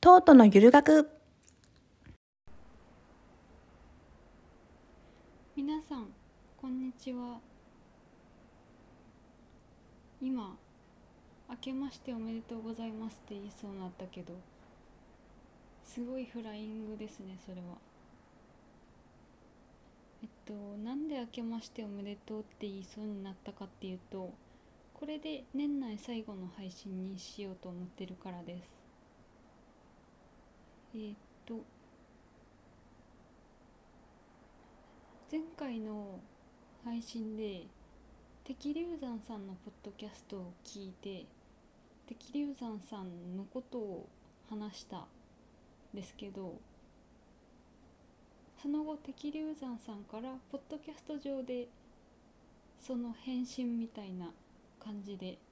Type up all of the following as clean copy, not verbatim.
トートのゆる学。 皆さんこんにちは。今明けましておめでとうございますって言いそうになったけど、すごいフライングですね。それはなんで明けましておめでとうって言いそうになったかっていうと、これで年内最後の配信にしようと思ってるからです。えーっと前回の配信で敵流山さんのポッドキャストを聞いて、敵流山さんのことを話したんですけど、その後敵流山さんからポッドキャスト上でその返信みたいな感じで、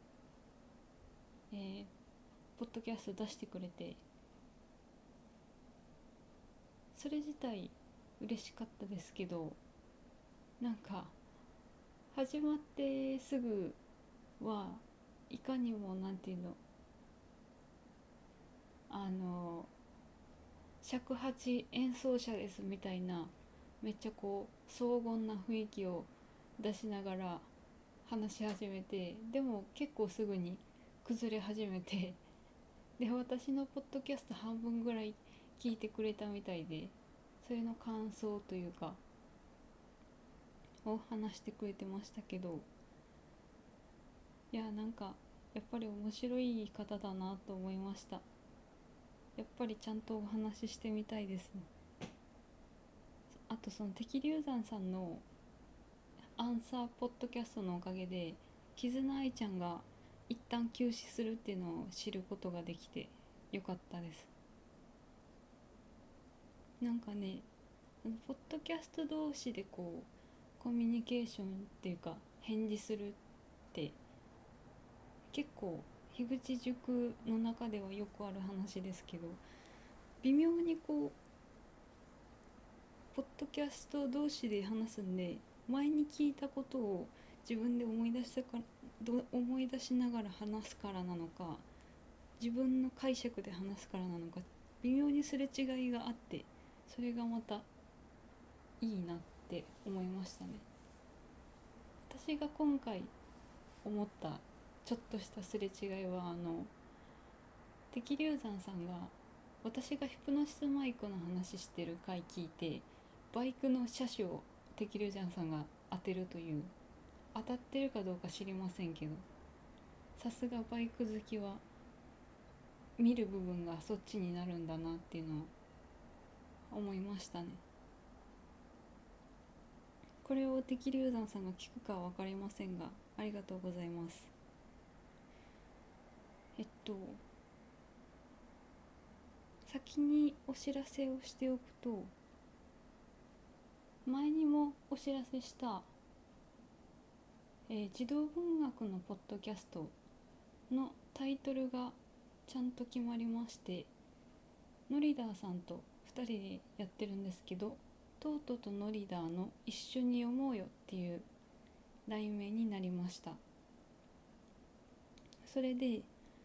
ポッドキャスト出してくれて、それ自体嬉しかったですけど、なんか始まってすぐはいかにもなんていうの、尺八演奏者ですみたいな、めっちゃこう荘厳な雰囲気を出しながら話し始めて、でも結構すぐに崩れ始めて、で私のポッドキャスト半分ぐらい聞いてくれたみたいで、それの感想というかを話してくれてましたけど、いやなんかやっぱり面白い方だなと思いました。やっぱりちゃんとお話ししてみたいですね。あとその敵流山さんのアンサーポッドキャストのおかげで絆愛ちゃんが一旦休止するっていうのを知ることができてよかったです。なんかね、ポッドキャスト同士でこうコミュニケーションっていうか返事するって結構樋口塾の中ではよくある話ですけど、微妙にこうポッドキャスト同士で話すんで、前に聞いたことを自分で思い出しながら話すからなのか、自分の解釈で話すからなのか、微妙にすれ違いがあって、それがまたいいなって思いましたね。私が今回思ったちょっとしたすれ違いは、敵流山さんが私がヒプノシスマイクの話してる回聞いて、バイクの車種を敵流山さんが当てるという、当たってるかどうか知りませんけど、さすがバイク好きは見る部分がそっちになるんだなっていうのを思いましたね。これを敵流山さんが聞くかは分かりませんが、ありがとうございます。先にお知らせをしておくと、前にもお知らせした、児童文学のポッドキャストのタイトルがちゃんと決まりまして、ノリダーさんと2人でやってるんですけど、トートとノリダーの一緒に読もうよっていう題名になりました。それで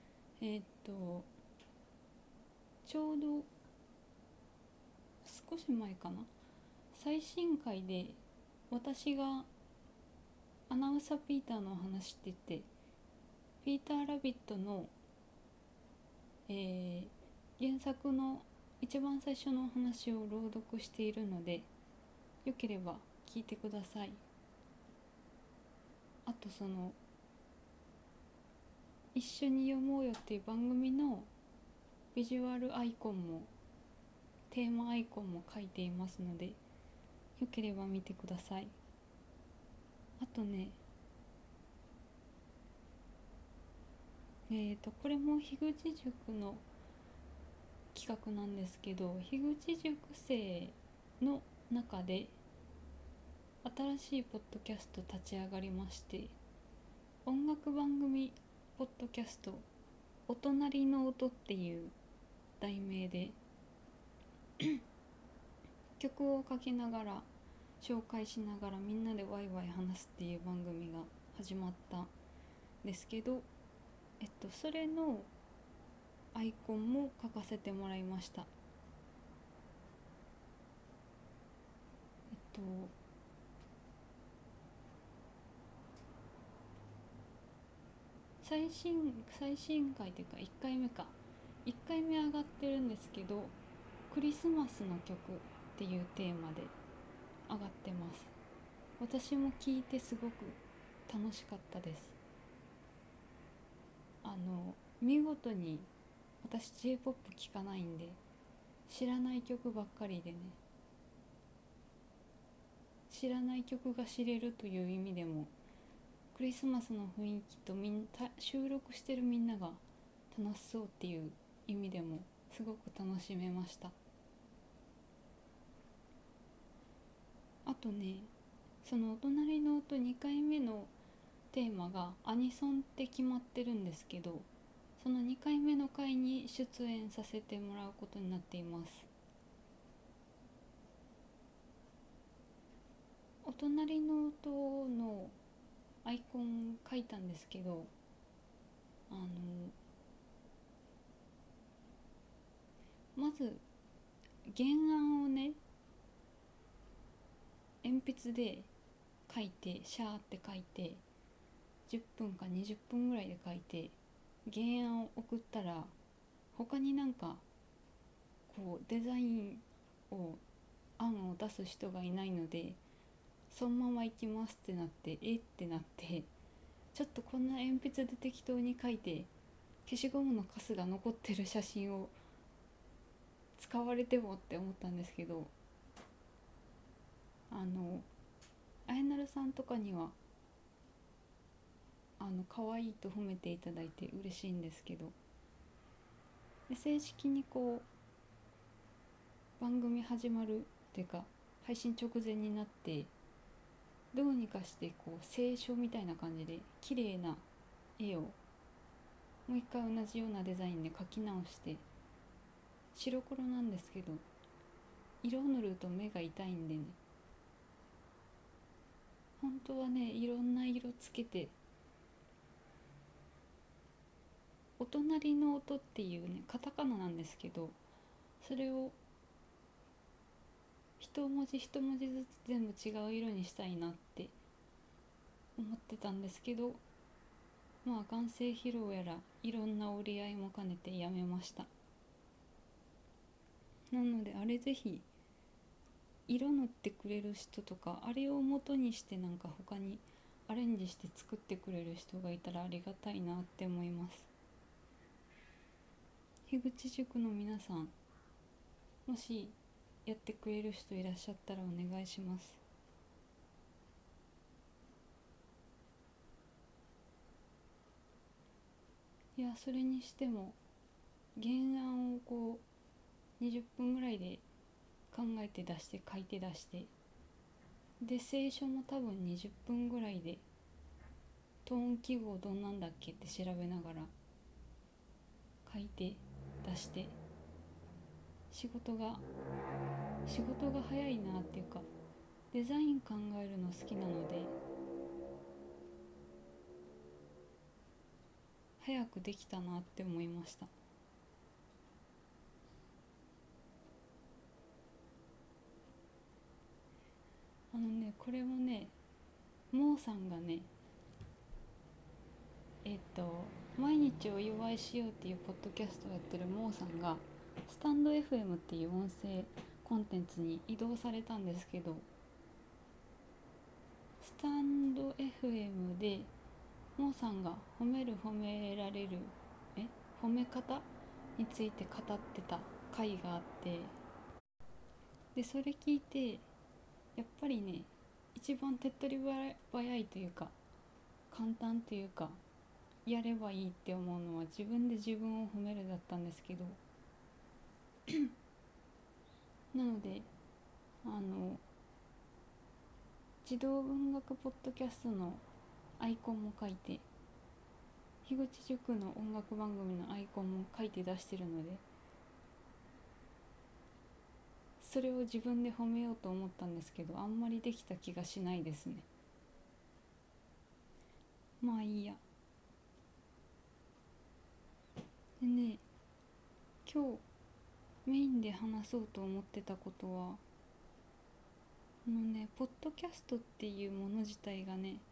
ちょうど少し前かな、最新回で私がアナウンサーピーターのお話って言って、ピーター・ラビットの、原作の一番最初のお話を朗読しているので、よければ聞いてください。あとその一緒に読もうよっていう番組のビジュアルアイコンもテーマアイコンも書いていますので、よければ見てください。あとね、これも樋口塾の企画なんですけど、樋口塾生の中で新しいポッドキャスト立ち上がりまして、音楽番組ポッドキャストお隣の音っていう題名で曲をかけながら紹介しながらみんなでワイワイ話すっていう番組が始まったんですけど、それのアイコンも描かせてもらいました。最新回というか1回目か1回目上がってるんですけど、クリスマスの曲っていうテーマで上がってます。私も聴いてすごく楽しかったです。見事に私 J-POP 聴かないんで知らない曲ばっかりでね、知らない曲が知れるという意味でも、クリスマスの雰囲気と収録してるみんなが楽しそうっていう意味でもすごく楽しめました。あとね、そのお隣の音2回目のテーマがアニソンって決まってるんですけど、その2回目の回に出演させてもらうことになっています。お隣の音のアイコン書いたんですけど、まず原案をね、鉛筆で書いて、シャーって書いて10分か20分ぐらいで書いて原案を送ったら、他になんかこうデザインを案を出す人がいないので、そのまま行きますってなって、ってなって、ちょっとこんな鉛筆で適当に書いて消しゴムのカスが残ってる写真を使われてもって思ったんですけど、あやなるさんとかには可愛いと褒めていただいて嬉しいんですけど、で正式にこう番組始まるっていうか配信直前になって、どうにかしてこう清書みたいな感じで綺麗な絵をもう一回同じようなデザインで描き直して、白黒なんですけど色を塗ると目が痛いんでね、本当はねいろんな色つけて、お隣の音っていうねカタカナなんですけど、それを一文字一文字ずつ全部違う色にしたいなって思ってたんですけど、まあ眼性疲労やらいろんな折り合いも兼ねてやめました。なのであれぜひ色塗ってくれる人とか、あれを元にしてなんか他にアレンジして作ってくれる人がいたらありがたいなって思います。樋口塾の皆さん、もしやってくれる人いらっしゃったらお願いします。いや、それにしても原案をこう20分ぐらいで考えて出して書いて出して、で清書も多分20分ぐらいで、トーン記号どんなんだっけって調べながら書いて出して、仕事が早いなっていうか、デザイン考えるの好きなので早くできたなって思いました。これもね、モーさんがね、毎日お祝いしようっていうポッドキャストをやってるモーさんがスタンド FM っていう音声コンテンツに移動されたんですけど、スタンド FM でモーさんが褒められる褒め方について語ってた回があって、でそれ聞いてやっぱりね、一番手っ取り早いというか簡単というかやればいいって思うのは自分で自分を褒めるだったんですけど、なので児童文学ポッドキャストのアイコンも書いて、樋口塾の音楽番組のアイコンも書いて出してるので、それを自分で褒めようと思ったんですけど、あんまりできた気がしないですね。まあいいや。でね、 今日メインで話そうと思ってたことは、ポッドキャストっていうもの自体がね、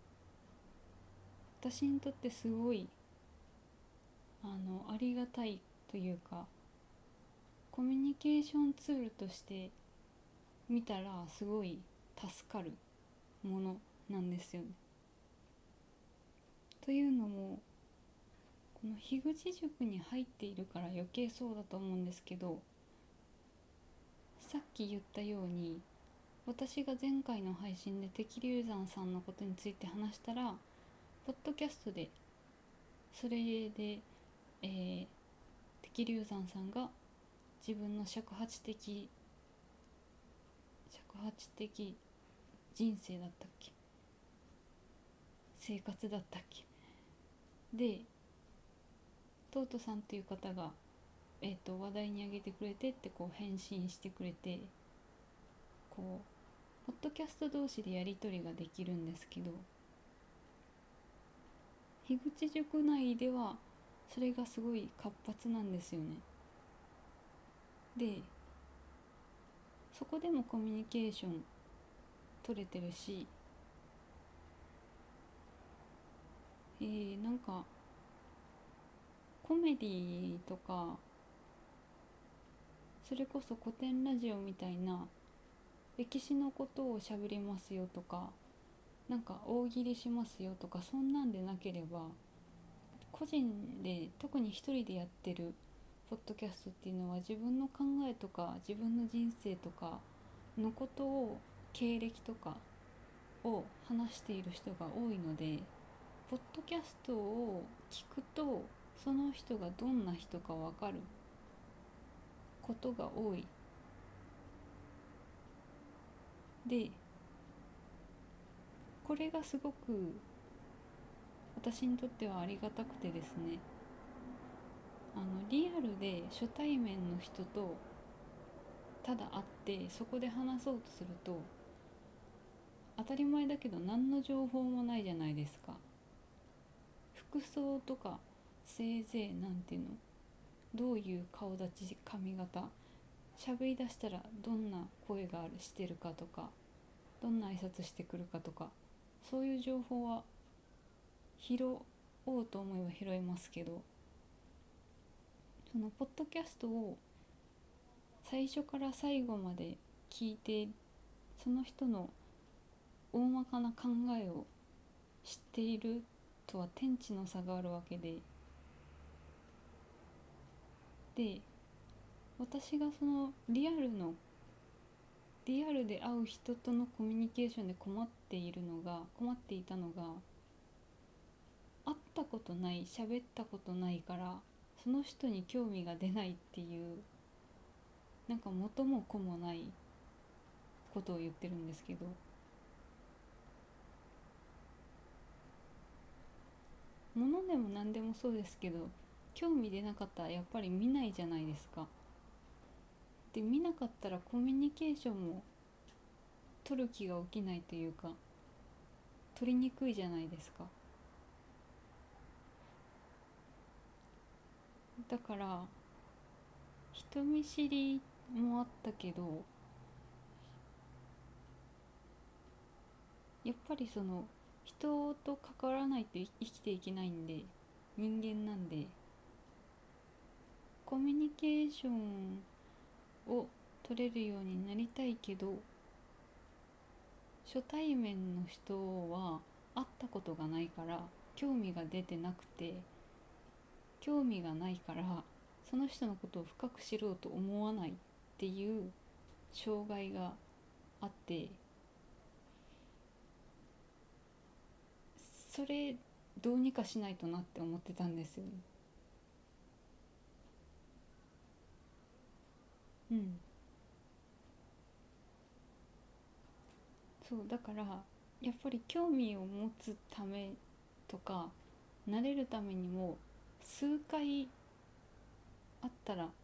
私にとってすごいありがたいというか、コミュニケーションツールとして見たらすごい助かるものなんですよね。というのも、この樋口塾に入っているから余計そうだと思うんですけど、さっき言ったように、私が前回の配信で敵流山さんのことについて話したら、ポッドキャストでそれで、敵流山さんが自分の尺八的人生だったっけ、生活だったっけで、トートさんっていう方が、話題に上げてくれてって返信してくれて、ポッドキャスト同士でやり取りができるんですけど、樋口塾内ではそれがすごい活発なんですよね。で、そこでもコミュニケーション取れてるし、なんかコメディとか、それこそ古典ラジオみたいな歴史のことをしゃべりますよとか、なんか大喜利しますよとか、そんなんでなければ、個人で特に一人でやってるポッドキャストっていうのは、自分の考えとか自分の人生とかのことを、経歴とかを話している人が多いので、ポッドキャストを聞くとその人がどんな人か分かることが多い。で、これがすごく私にとってはありがたくてですね、リアルで初対面の人とただ会ってそこで話そうとすると、当たり前だけど何の情報もないじゃないですか。服装とか、せいぜいなんていうの、どういう顔立ち、髪型、喋り出したらどんな声がしてるかとか、どんな挨拶してくるかとか、そういう情報は拾おうと思えば拾えますけど、そのポッドキャストを最初から最後まで聞いて、その人の大まかな考えを知っているとは天地の差があるわけで、私がそのリアルで会う人とのコミュニケーションで困っていたのが、会ったことない、喋ったことないから、その人に興味が出ないっていう、なんか元も子もないことを言ってるんですけど、物でも何でもそうですけど、興味出なかったらやっぱり見ないじゃないですか。で、見なかったらコミュニケーションも取る気が起きないというか、取りにくいじゃないですか。だから人見知りもあったけど、やっぱりその人と関わらないと生きていけないんで、人間なんで、コミュニケーションを取れるようになりたいけど、初対面の人は会ったことがないから興味が出てなくて、興味がないからその人のことを深く知ろうと思わないっていう障害があって、それどうにかしないとなって思ってたんですよね。うん、そうだから、やっぱり興味を持つためとか慣れるためにも、数回会ったら、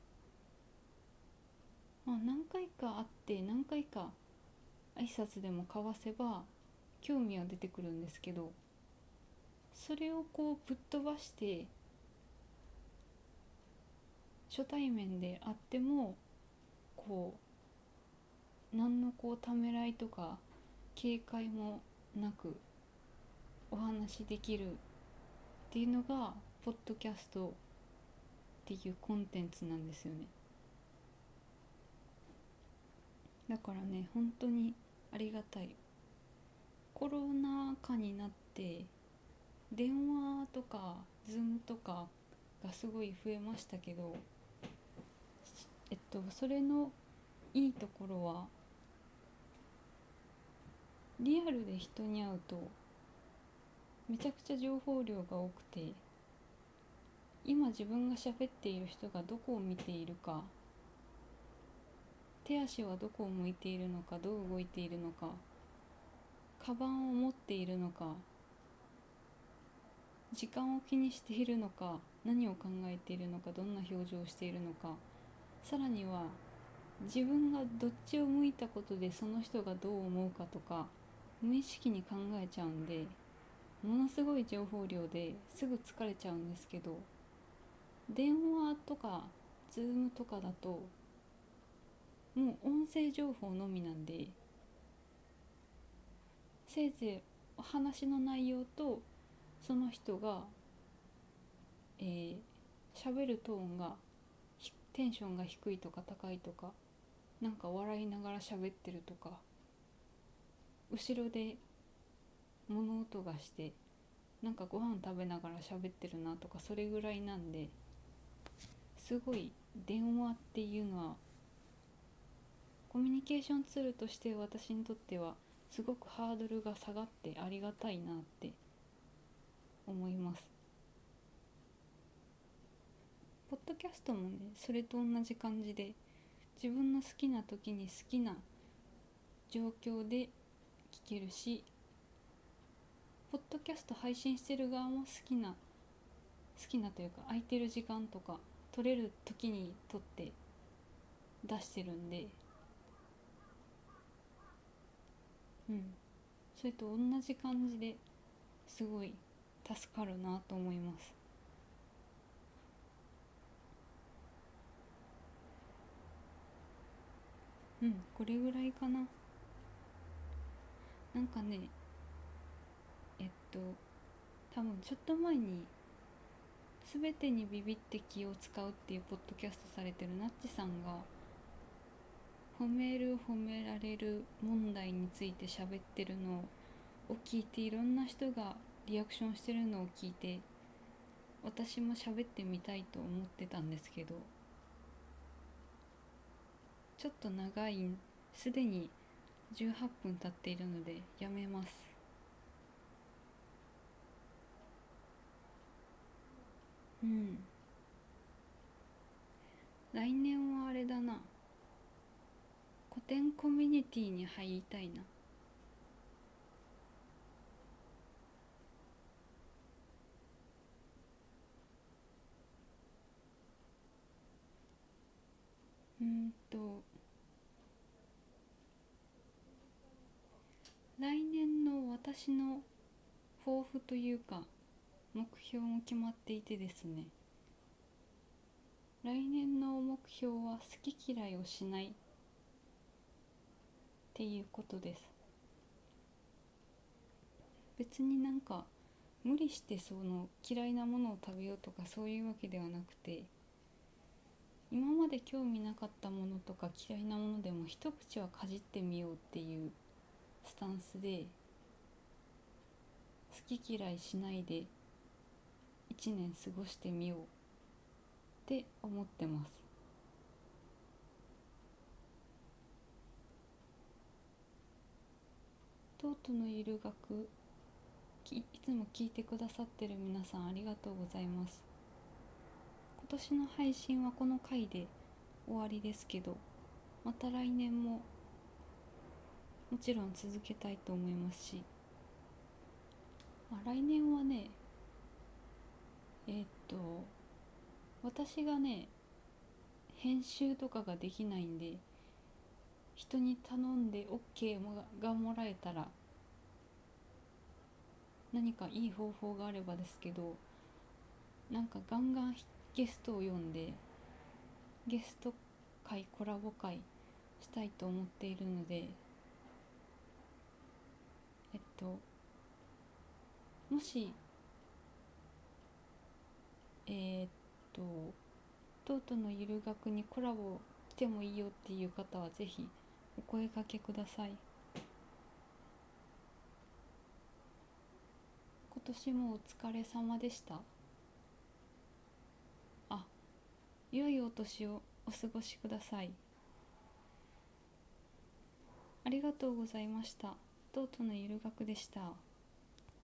何回か会って何回か挨拶でも交わせば興味は出てくるんですけど、それをぶっ飛ばして初対面であってもこ何のためらいとか警戒もなくお話しできるっていうのがポッドキャストっていうコンテンツなんですよね。だからね、本当にありがたい。コロナ禍になって電話とかズームとかがすごい増えましたけど、それのいいところは、リアルで人に会うとめちゃくちゃ情報量が多くて、今自分が喋っている人がどこを見ているか、手足はどこを向いているのか、どう動いているのか、カバンを持っているのか、時間を気にしているのか、何を考えているのか、どんな表情をしているのか、さらには自分がどっちを向いたことでその人がどう思うかとか無意識に考えちゃうんで、ものすごい情報量ですぐ疲れちゃうんですけど、電話とかズームとかだともう音声情報のみなんで、せいぜいお話の内容とその人が喋るトーンがテンションが低いとか高いとか、なんか笑いながら喋ってるとか、後ろで物音がしてなんかご飯食べながら喋ってるなとか、それぐらいなんで、すごい電話っていうのはコミュニケーションツールとして私にとってはすごくハードルが下がってありがたいなって思います。ポッドキャストもね、それと同じ感じで、自分の好きな時に好きな状況で聞けるし、ポッドキャスト配信してる側も好きなというか、空いてる時間とか撮れる時に撮って出してるんで、それと同じ感じですごい助かるなと思います。これぐらいかな。なんかね、多分ちょっと前に全てにビビって気を使うっていうポッドキャストされてるナッチさんが、褒める褒められる問題について喋ってるのを聞いて、いろんな人がリアクションしてるのを聞いて、私も喋ってみたいと思ってたんですけど、ちょっと長い、すでに18分経っているのでやめます。来年はあれだな、古典コミュニティに入りたいな。来年の私の抱負というか目標も決まっていてですね、来年の目標は好き嫌いをしないっていうことです。別になんか無理してその嫌いなものを食べようとかそういうわけではなくて、今まで興味なかったものとか嫌いなものでも一口はかじってみようっていうスタンスで、好き嫌いしないで1年過ごしてみようって思ってます。トートのゆる学、いつも聞いてくださってる皆さんありがとうございます。今年の配信はこの回で終わりですけど、また来年ももちろん続けたいと思いますし、来年はね、私がね、編集とかができないんで、人に頼んで OK がもらえたら、何かいい方法があればですけど、なんかガンガンゲストを呼んでゲスト会コラボ会したいと思っているので、もしえーっとトートのゆる学にコラボ来てもいいよっていう方はぜひお声掛けください。今年もお疲れ様でした。あ、良いお年をお過ごしください。ありがとうございました。トートのゆる学でした。